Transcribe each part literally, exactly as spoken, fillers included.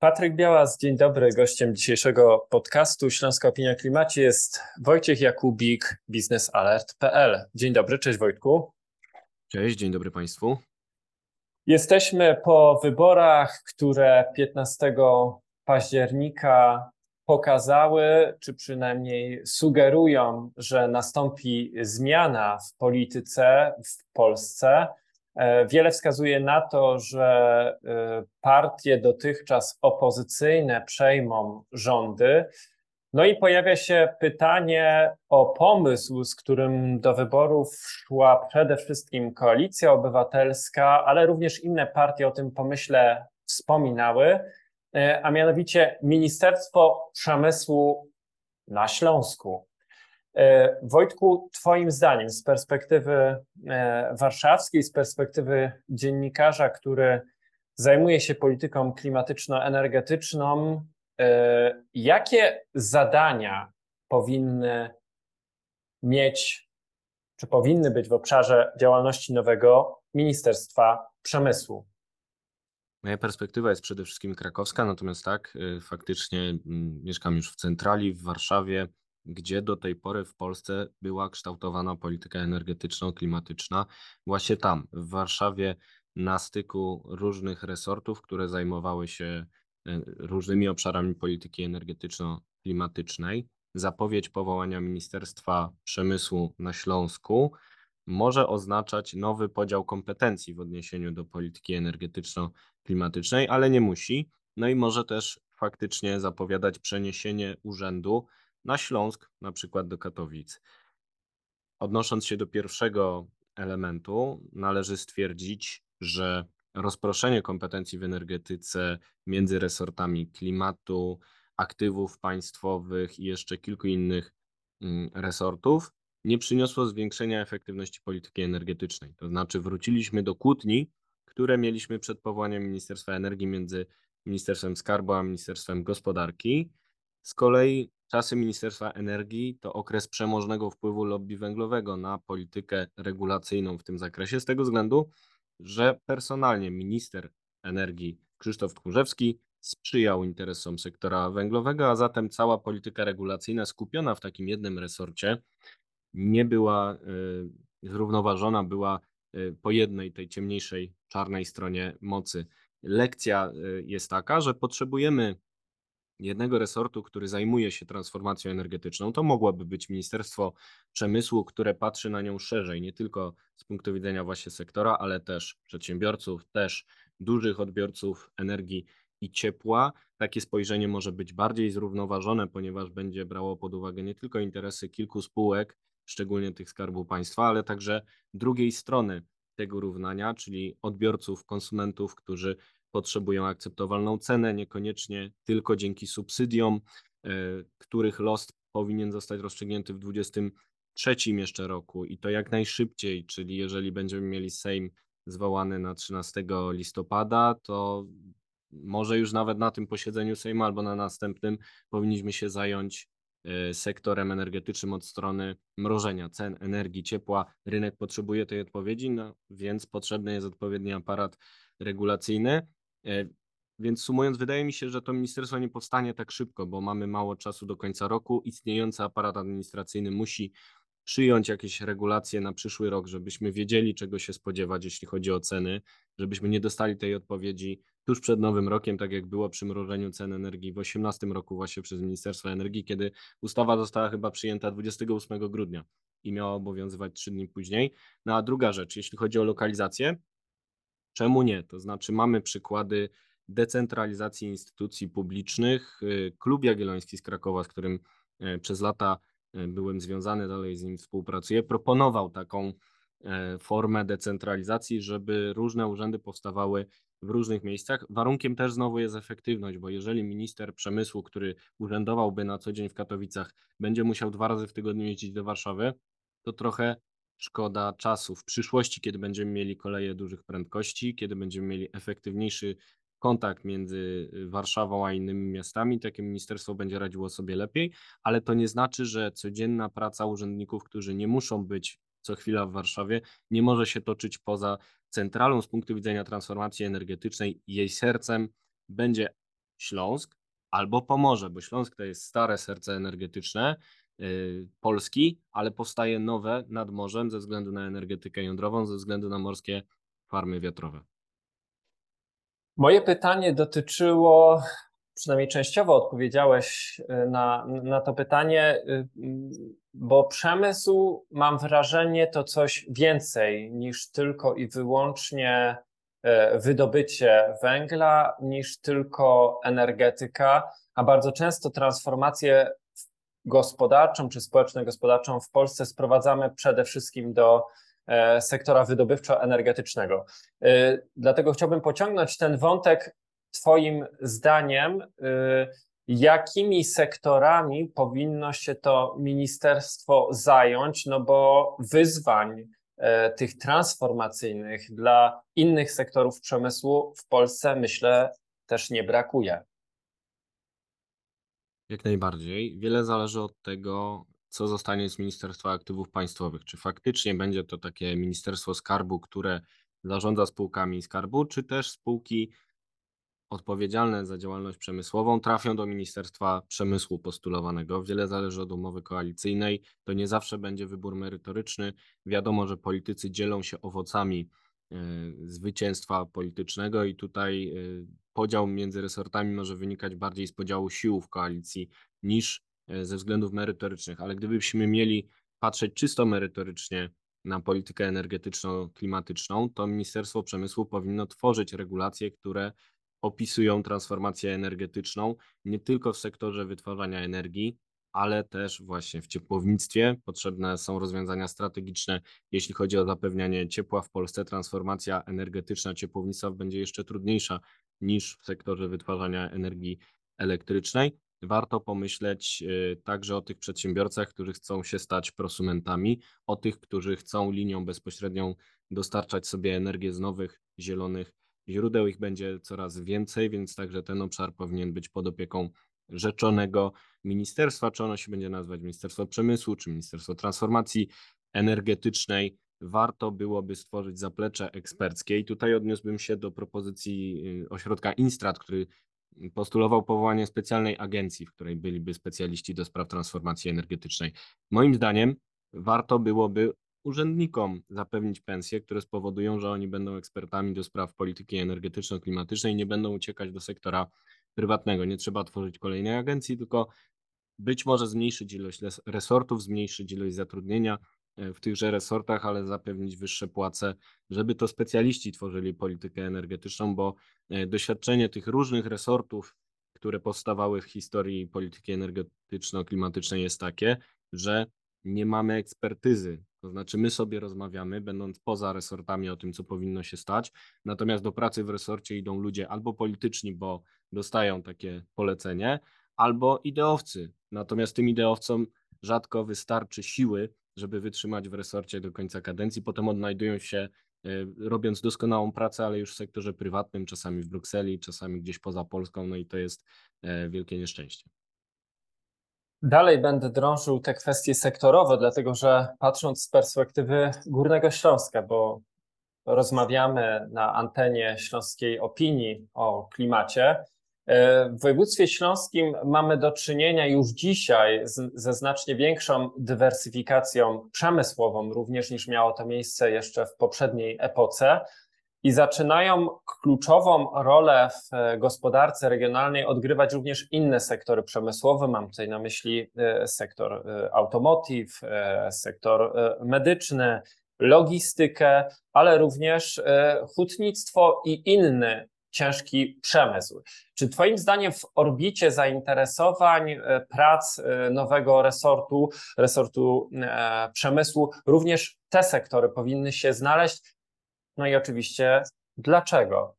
Patryk Białas, dzień dobry. Gościem dzisiejszego podcastu Śląska Opinia o Klimacie jest Wojciech Jakubik, biznesalert kropka p l. Dzień dobry, cześć Wojtku. Cześć, dzień dobry Państwu. Jesteśmy po wyborach, które piętnastego października pokazały, czy przynajmniej sugerują, że nastąpi zmiana w polityce w Polsce. Wiele wskazuje na to, że partie dotychczas opozycyjne przejmą rządy. No i pojawia się pytanie o pomysł, z którym do wyborów szła przede wszystkim Koalicja Obywatelska, ale również inne partie o tym pomyśle wspominały, a mianowicie Ministerstwo Przemysłu na Śląsku. Wojtku, twoim zdaniem z perspektywy warszawskiej, z perspektywy dziennikarza, który zajmuje się polityką klimatyczno-energetyczną, jakie zadania powinny mieć, czy powinny być w obszarze działalności nowego Ministerstwa Przemysłu? Moja perspektywa jest przede wszystkim krakowska, natomiast tak, faktycznie mieszkam już w centrali, w Warszawie, gdzie do tej pory w Polsce była kształtowana polityka energetyczno-klimatyczna. Właśnie tam, w Warszawie, na styku różnych resortów, które zajmowały się różnymi obszarami polityki energetyczno-klimatycznej. Zapowiedź powołania Ministerstwa Przemysłu na Śląsku może oznaczać nowy podział kompetencji w odniesieniu do polityki energetyczno-klimatycznej, ale nie musi. No i może też faktycznie zapowiadać przeniesienie urzędu na Śląsk, na przykład do Katowic. Odnosząc się do pierwszego elementu, należy stwierdzić, że rozproszenie kompetencji w energetyce między resortami klimatu, aktywów państwowych i jeszcze kilku innych resortów nie przyniosło zwiększenia efektywności polityki energetycznej. To znaczy wróciliśmy do kłótni, które mieliśmy przed powołaniem Ministerstwa Energii między Ministerstwem Skarbu a Ministerstwem Gospodarki. Z kolei czasy Ministerstwa Energii to okres przemożnego wpływu lobby węglowego na politykę regulacyjną w tym zakresie, z tego względu, że personalnie minister energii Krzysztof Tchórzewski sprzyjał interesom sektora węglowego, a zatem cała polityka regulacyjna skupiona w takim jednym resorcie nie była y, zrównoważona, była y, po jednej, tej ciemniejszej, czarnej stronie mocy. Lekcja y, jest taka, że potrzebujemy jednego resortu, który zajmuje się transformacją energetyczną. To mogłoby być Ministerstwo Przemysłu, które patrzy na nią szerzej, nie tylko z punktu widzenia właśnie sektora, ale też przedsiębiorców, też dużych odbiorców energii i ciepła. Takie spojrzenie może być bardziej zrównoważone, ponieważ będzie brało pod uwagę nie tylko interesy kilku spółek, szczególnie tych Skarbu Państwa, ale także drugiej strony tego równania, czyli odbiorców, konsumentów, którzy potrzebują akceptowalną cenę, niekoniecznie tylko dzięki subsydiom, których los powinien zostać rozstrzygnięty w dwudziestym trzecim jeszcze roku i to jak najszybciej, czyli jeżeli będziemy mieli Sejm zwołany na trzynastego listopada, to może już nawet na tym posiedzeniu Sejmu albo na następnym powinniśmy się zająć sektorem energetycznym od strony mrożenia cen energii, ciepła. Rynek potrzebuje tej odpowiedzi, no więc potrzebny jest odpowiedni aparat regulacyjny. Więc sumując, wydaje mi się, że to ministerstwo nie powstanie tak szybko, bo mamy mało czasu do końca roku. Istniejący aparat administracyjny musi przyjąć jakieś regulacje na przyszły rok, żebyśmy wiedzieli, czego się spodziewać, jeśli chodzi o ceny, żebyśmy nie dostali tej odpowiedzi tuż przed Nowym Rokiem, tak jak było przy mrożeniu cen energii w osiemnastym roku właśnie przez Ministerstwo Energii, kiedy ustawa została chyba przyjęta dwudziestego ósmego grudnia i miała obowiązywać trzy dni później. No a druga rzecz, jeśli chodzi o lokalizację, czemu nie? To znaczy mamy przykłady decentralizacji instytucji publicznych. Klub Jagielloński z Krakowa, z którym przez lata byłem związany, dalej z nim współpracuję, proponował taką formę decentralizacji, żeby różne urzędy powstawały w różnych miejscach. Warunkiem też znowu jest efektywność, bo jeżeli minister przemysłu, który urzędowałby na co dzień w Katowicach, będzie musiał dwa razy w tygodniu jeździć do Warszawy, to trochę szkoda czasu. W przyszłości, kiedy będziemy mieli koleje dużych prędkości, kiedy będziemy mieli efektywniejszy kontakt między Warszawą a innymi miastami, takie ministerstwo będzie radziło sobie lepiej, ale to nie znaczy, że codzienna praca urzędników, którzy nie muszą być co chwila w Warszawie, nie może się toczyć poza centralą. Z punktu widzenia transformacji energetycznej jej sercem będzie Śląsk albo Pomorze, bo Śląsk to jest stare serce energetyczne yy, Polski, ale powstaje nowe nad morzem ze względu na energetykę jądrową, ze względu na morskie farmy wiatrowe. Moje pytanie dotyczyło, przynajmniej częściowo odpowiedziałeś na, na to pytanie, bo przemysł, mam wrażenie, to coś więcej niż tylko i wyłącznie wydobycie węgla, niż tylko energetyka, a bardzo często transformację gospodarczą czy społeczno-gospodarczą w Polsce sprowadzamy przede wszystkim do sektora wydobywczo-energetycznego. Dlatego chciałbym pociągnąć ten wątek Twoim zdaniem, jakimi sektorami powinno się to ministerstwo zająć, no bo wyzwań tych transformacyjnych dla innych sektorów przemysłu w Polsce, myślę, też nie brakuje. Jak najbardziej. Wiele zależy od tego, co zostanie z Ministerstwa Aktywów Państwowych. Czy faktycznie będzie to takie Ministerstwo Skarbu, które zarządza spółkami skarbu, czy też spółki odpowiedzialne za działalność przemysłową trafią do Ministerstwa Przemysłu postulowanego. Wiele zależy od umowy koalicyjnej. To nie zawsze będzie wybór merytoryczny. Wiadomo, że politycy dzielą się owocami zwycięstwa politycznego i tutaj podział między resortami może wynikać bardziej z podziału sił w koalicji niż ze względów merytorycznych. Ale gdybyśmy mieli patrzeć czysto merytorycznie na politykę energetyczno-klimatyczną, to Ministerstwo Przemysłu powinno tworzyć regulacje, które opisują transformację energetyczną nie tylko w sektorze wytwarzania energii, ale też właśnie w ciepłownictwie. Potrzebne są rozwiązania strategiczne, jeśli chodzi o zapewnianie ciepła w Polsce. Transformacja energetyczna ciepłownictwa będzie jeszcze trudniejsza niż w sektorze wytwarzania energii elektrycznej. Warto pomyśleć także o tych przedsiębiorcach, którzy chcą się stać prosumentami, o tych, którzy chcą linią bezpośrednią dostarczać sobie energię z nowych, zielonych źródeł. Ich będzie coraz więcej, więc także ten obszar powinien być pod opieką rzeczonego ministerstwa, czy ono się będzie nazywać Ministerstwo Przemysłu, czy Ministerstwo Transformacji Energetycznej. Warto byłoby stworzyć zaplecze eksperckie i tutaj odniósłbym się do propozycji ośrodka Instrat, który postulował powołanie specjalnej agencji, w której byliby specjaliści do spraw transformacji energetycznej. Moim zdaniem warto byłoby urzędnikom zapewnić pensje, które spowodują, że oni będą ekspertami do spraw polityki energetyczno-klimatycznej i nie będą uciekać do sektora prywatnego. Nie trzeba tworzyć kolejnej agencji, tylko być może zmniejszyć ilość resortów, zmniejszyć ilość zatrudnienia w tychże resortach, ale zapewnić wyższe płace, żeby to specjaliści tworzyli politykę energetyczną, bo doświadczenie tych różnych resortów, które powstawały w historii polityki energetyczno-klimatycznej jest takie, że nie mamy ekspertyzy. To znaczy my sobie rozmawiamy, będąc poza resortami o tym, co powinno się stać, natomiast do pracy w resorcie idą ludzie albo polityczni, bo dostają takie polecenie, albo ideowcy. Natomiast tym ideowcom rzadko wystarczy siły, żeby wytrzymać w resorcie do końca kadencji. Potem odnajdują się robiąc doskonałą pracę, ale już w sektorze prywatnym, czasami w Brukseli, czasami gdzieś poza Polską, no i to jest wielkie nieszczęście. Dalej będę drążył te kwestie sektorowe, dlatego że patrząc z perspektywy Górnego Śląska, bo rozmawiamy na antenie Śląskiej Opinii o klimacie, w województwie śląskim mamy do czynienia już dzisiaj z, ze znacznie większą dywersyfikacją przemysłową, również niż miało to miejsce jeszcze w poprzedniej epoce. I zaczynają kluczową rolę w gospodarce regionalnej odgrywać również inne sektory przemysłowe. Mam tutaj na myśli sektor automotive, sektor medyczny, logistykę, ale również hutnictwo i inny ciężki przemysł. Czy Twoim zdaniem w orbicie zainteresowań prac nowego resortu, resortu przemysłu, również te sektory powinny się znaleźć? No i oczywiście dlaczego?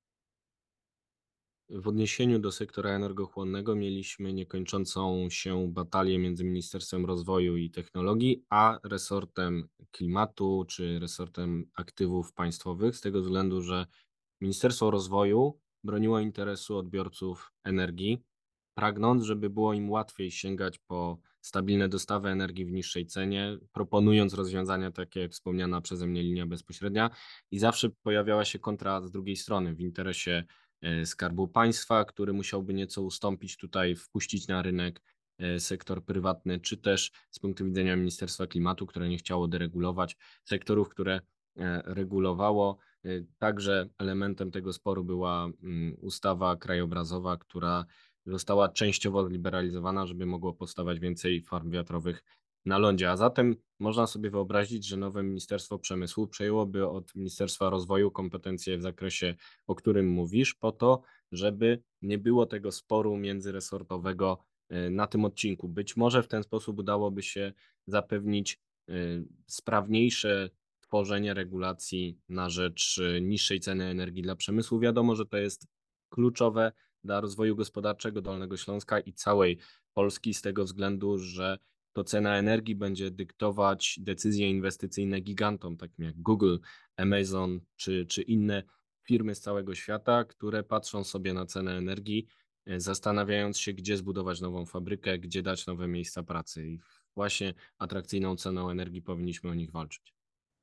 W odniesieniu do sektora energochłonnego mieliśmy niekończącą się batalię między Ministerstwem Rozwoju i Technologii a resortem klimatu czy resortem aktywów państwowych, z tego względu, że Ministerstwo Rozwoju broniło interesu odbiorców energii, pragnąc, żeby było im łatwiej sięgać po stabilne dostawy energii w niższej cenie, proponując rozwiązania takie jak wspomniana przeze mnie linia bezpośrednia i zawsze pojawiała się kontra z drugiej strony w interesie e, Skarbu Państwa, który musiałby nieco ustąpić tutaj, wpuścić na rynek e, sektor prywatny, czy też z punktu widzenia Ministerstwa Klimatu, które nie chciało deregulować sektorów, które e, regulowało. E, Także elementem tego sporu była mm, ustawa krajobrazowa, która została częściowo zliberalizowana, żeby mogło powstawać więcej farm wiatrowych na lądzie. A zatem można sobie wyobrazić, że nowe Ministerstwo Przemysłu przejęłoby od Ministerstwa Rozwoju kompetencje w zakresie, o którym mówisz, po to, żeby nie było tego sporu międzyresortowego e, na tym odcinku. Być może w ten sposób udałoby się zapewnić e, sprawniejsze tworzenie regulacji na rzecz e, niższej ceny energii dla przemysłu. Wiadomo, że to jest kluczowe dla rozwoju gospodarczego Dolnego Śląska i całej Polski z tego względu, że to cena energii będzie dyktować decyzje inwestycyjne gigantom, takim jak Google, Amazon czy, czy inne firmy z całego świata, które patrzą sobie na cenę energii, e, zastanawiając się, gdzie zbudować nową fabrykę, gdzie dać nowe miejsca pracy. I właśnie atrakcyjną ceną energii powinniśmy o nich walczyć.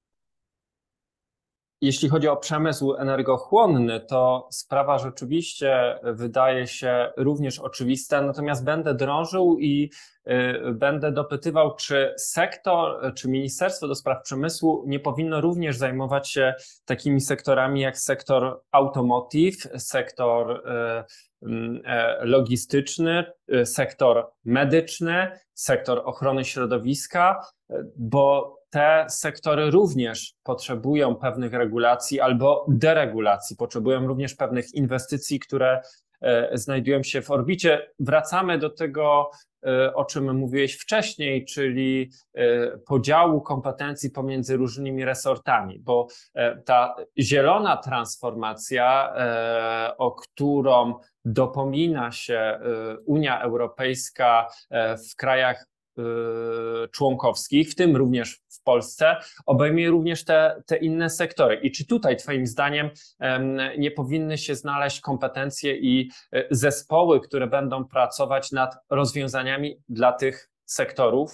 Jeśli chodzi o przemysł energochłonny, to sprawa rzeczywiście wydaje się również oczywista, natomiast będę drążył i y, będę dopytywał, czy sektor, czy Ministerstwo do Spraw Przemysłu nie powinno również zajmować się takimi sektorami jak sektor automotive, sektor y, y, logistyczny, y, sektor medyczny, sektor ochrony środowiska, y, bo te sektory również potrzebują pewnych regulacji albo deregulacji, potrzebują również pewnych inwestycji, które e, znajdują się w orbicie. Wracamy do tego, e, o czym mówiłeś wcześniej, czyli e, podziału kompetencji pomiędzy różnymi resortami, bo e, ta zielona transformacja, e, o którą dopomina się e, Unia Europejska e, w krajach członkowskich, w tym również w Polsce, obejmuje również te, te inne sektory. I czy tutaj Twoim zdaniem nie powinny się znaleźć kompetencje i zespoły, które będą pracować nad rozwiązaniami dla tych sektorów?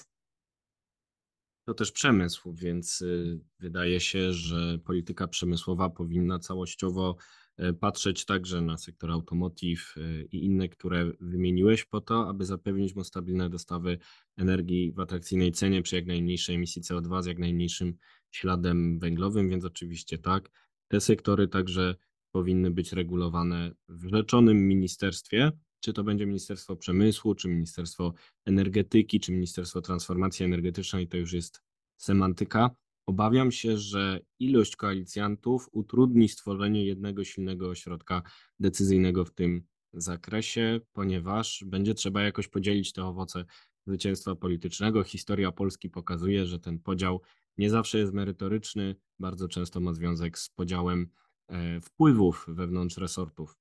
To też przemysł, więc y, wydaje się, że polityka przemysłowa powinna całościowo y, patrzeć także na sektor automotive y, i inne, które wymieniłeś, po to, aby zapewnić mu stabilne dostawy energii w atrakcyjnej cenie przy jak najmniejszej emisji C O dwa z jak najmniejszym śladem węglowym, więc oczywiście tak, te sektory także powinny być regulowane w rzeczonym ministerstwie, czy to będzie Ministerstwo Przemysłu, czy Ministerstwo Energetyki, czy Ministerstwo Transformacji Energetycznej, to już jest semantyka. Obawiam się, że ilość koalicjantów utrudni stworzenie jednego silnego ośrodka decyzyjnego w tym zakresie, ponieważ będzie trzeba jakoś podzielić te owoce zwycięstwa politycznego. Historia Polski pokazuje, że ten podział nie zawsze jest merytoryczny, bardzo często ma związek z podziałem e, wpływów wewnątrz resortów.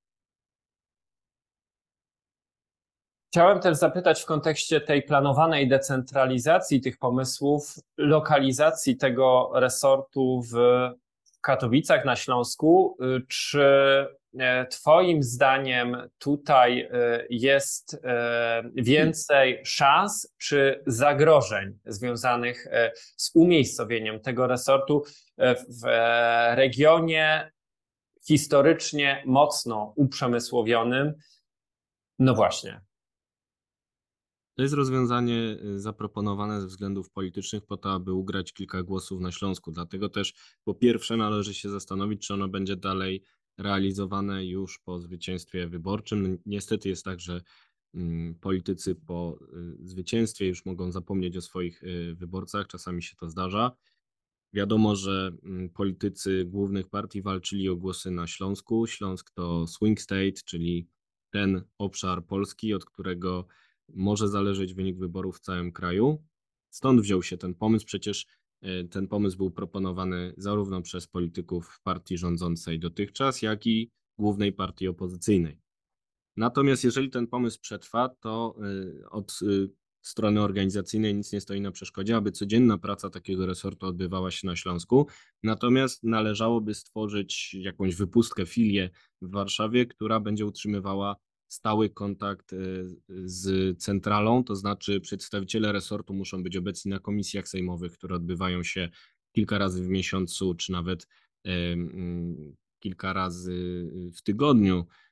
Chciałem też zapytać w kontekście tej planowanej decentralizacji tych pomysłów, lokalizacji tego resortu w Katowicach na Śląsku. Czy e, Twoim zdaniem tutaj e, jest e, więcej szans czy zagrożeń związanych e, z umiejscowieniem tego resortu e, w e, regionie historycznie mocno uprzemysłowionym? No właśnie. To jest rozwiązanie y, zaproponowane ze względów politycznych po to, aby ugrać kilka głosów na Śląsku. Dlatego też po pierwsze należy się zastanowić, czy ono będzie dalej realizowane już po zwycięstwie wyborczym. Niestety jest tak, że mm, politycy po y, zwycięstwie już mogą zapomnieć o swoich y, wyborcach. Czasami się to zdarza. Wiadomo, że mm, politycy głównych partii walczyli o głosy na Śląsku. Śląsk to swing state, czyli ten obszar Polski, od którego może zależeć wynik wyborów w całym kraju. Stąd wziął się ten pomysł. Przecież e, ten pomysł był proponowany zarówno przez polityków partii rządzącej dotychczas, jak i głównej partii opozycyjnej. Natomiast jeżeli ten pomysł przetrwa, to y, od y, strony organizacyjnej nic nie stoi na przeszkodzie, aby codzienna praca takiego resortu odbywała się na Śląsku. Natomiast należałoby stworzyć jakąś wypustkę, filię w Warszawie, która będzie utrzymywała stały kontakt y, z centralą, to znaczy przedstawiciele resortu muszą być obecni na komisjach sejmowych, które odbywają się kilka razy w miesiącu, czy nawet kilka razy w tygodniu.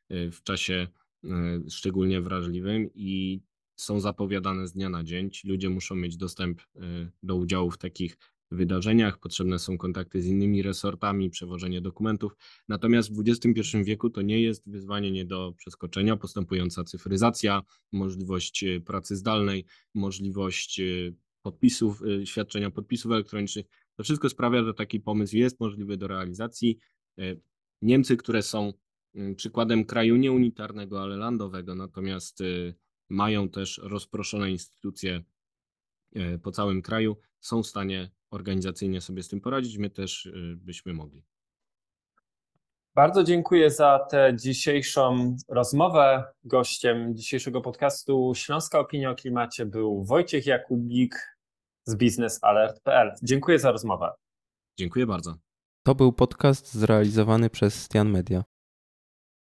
w czasie szczególnie wrażliwym i są zapowiadane z dnia na dzień. Ci ludzie muszą mieć dostęp do udziału w takich wydarzeniach, potrzebne są kontakty z innymi resortami, przewożenie dokumentów. Natomiast w dwudziestym pierwszym wieku to nie jest wyzwanie nie do przeskoczenia. Postępująca cyfryzacja, możliwość pracy zdalnej, możliwość podpisów, świadczenia podpisów elektronicznych. To wszystko sprawia, że taki pomysł jest możliwy do realizacji. Niemcy, które są przykładem kraju nieunitarnego, ale landowego, natomiast mają też rozproszone instytucje po całym kraju, są w stanie organizacyjnie sobie z tym poradzić. My też byśmy mogli. Bardzo dziękuję za tę dzisiejszą rozmowę. Gościem dzisiejszego podcastu Śląska Opinia o Klimacie był Wojciech Jakubik z biznesalert kropka p l. Dziękuję za rozmowę. Dziękuję bardzo. To był podcast zrealizowany przez Stian Media.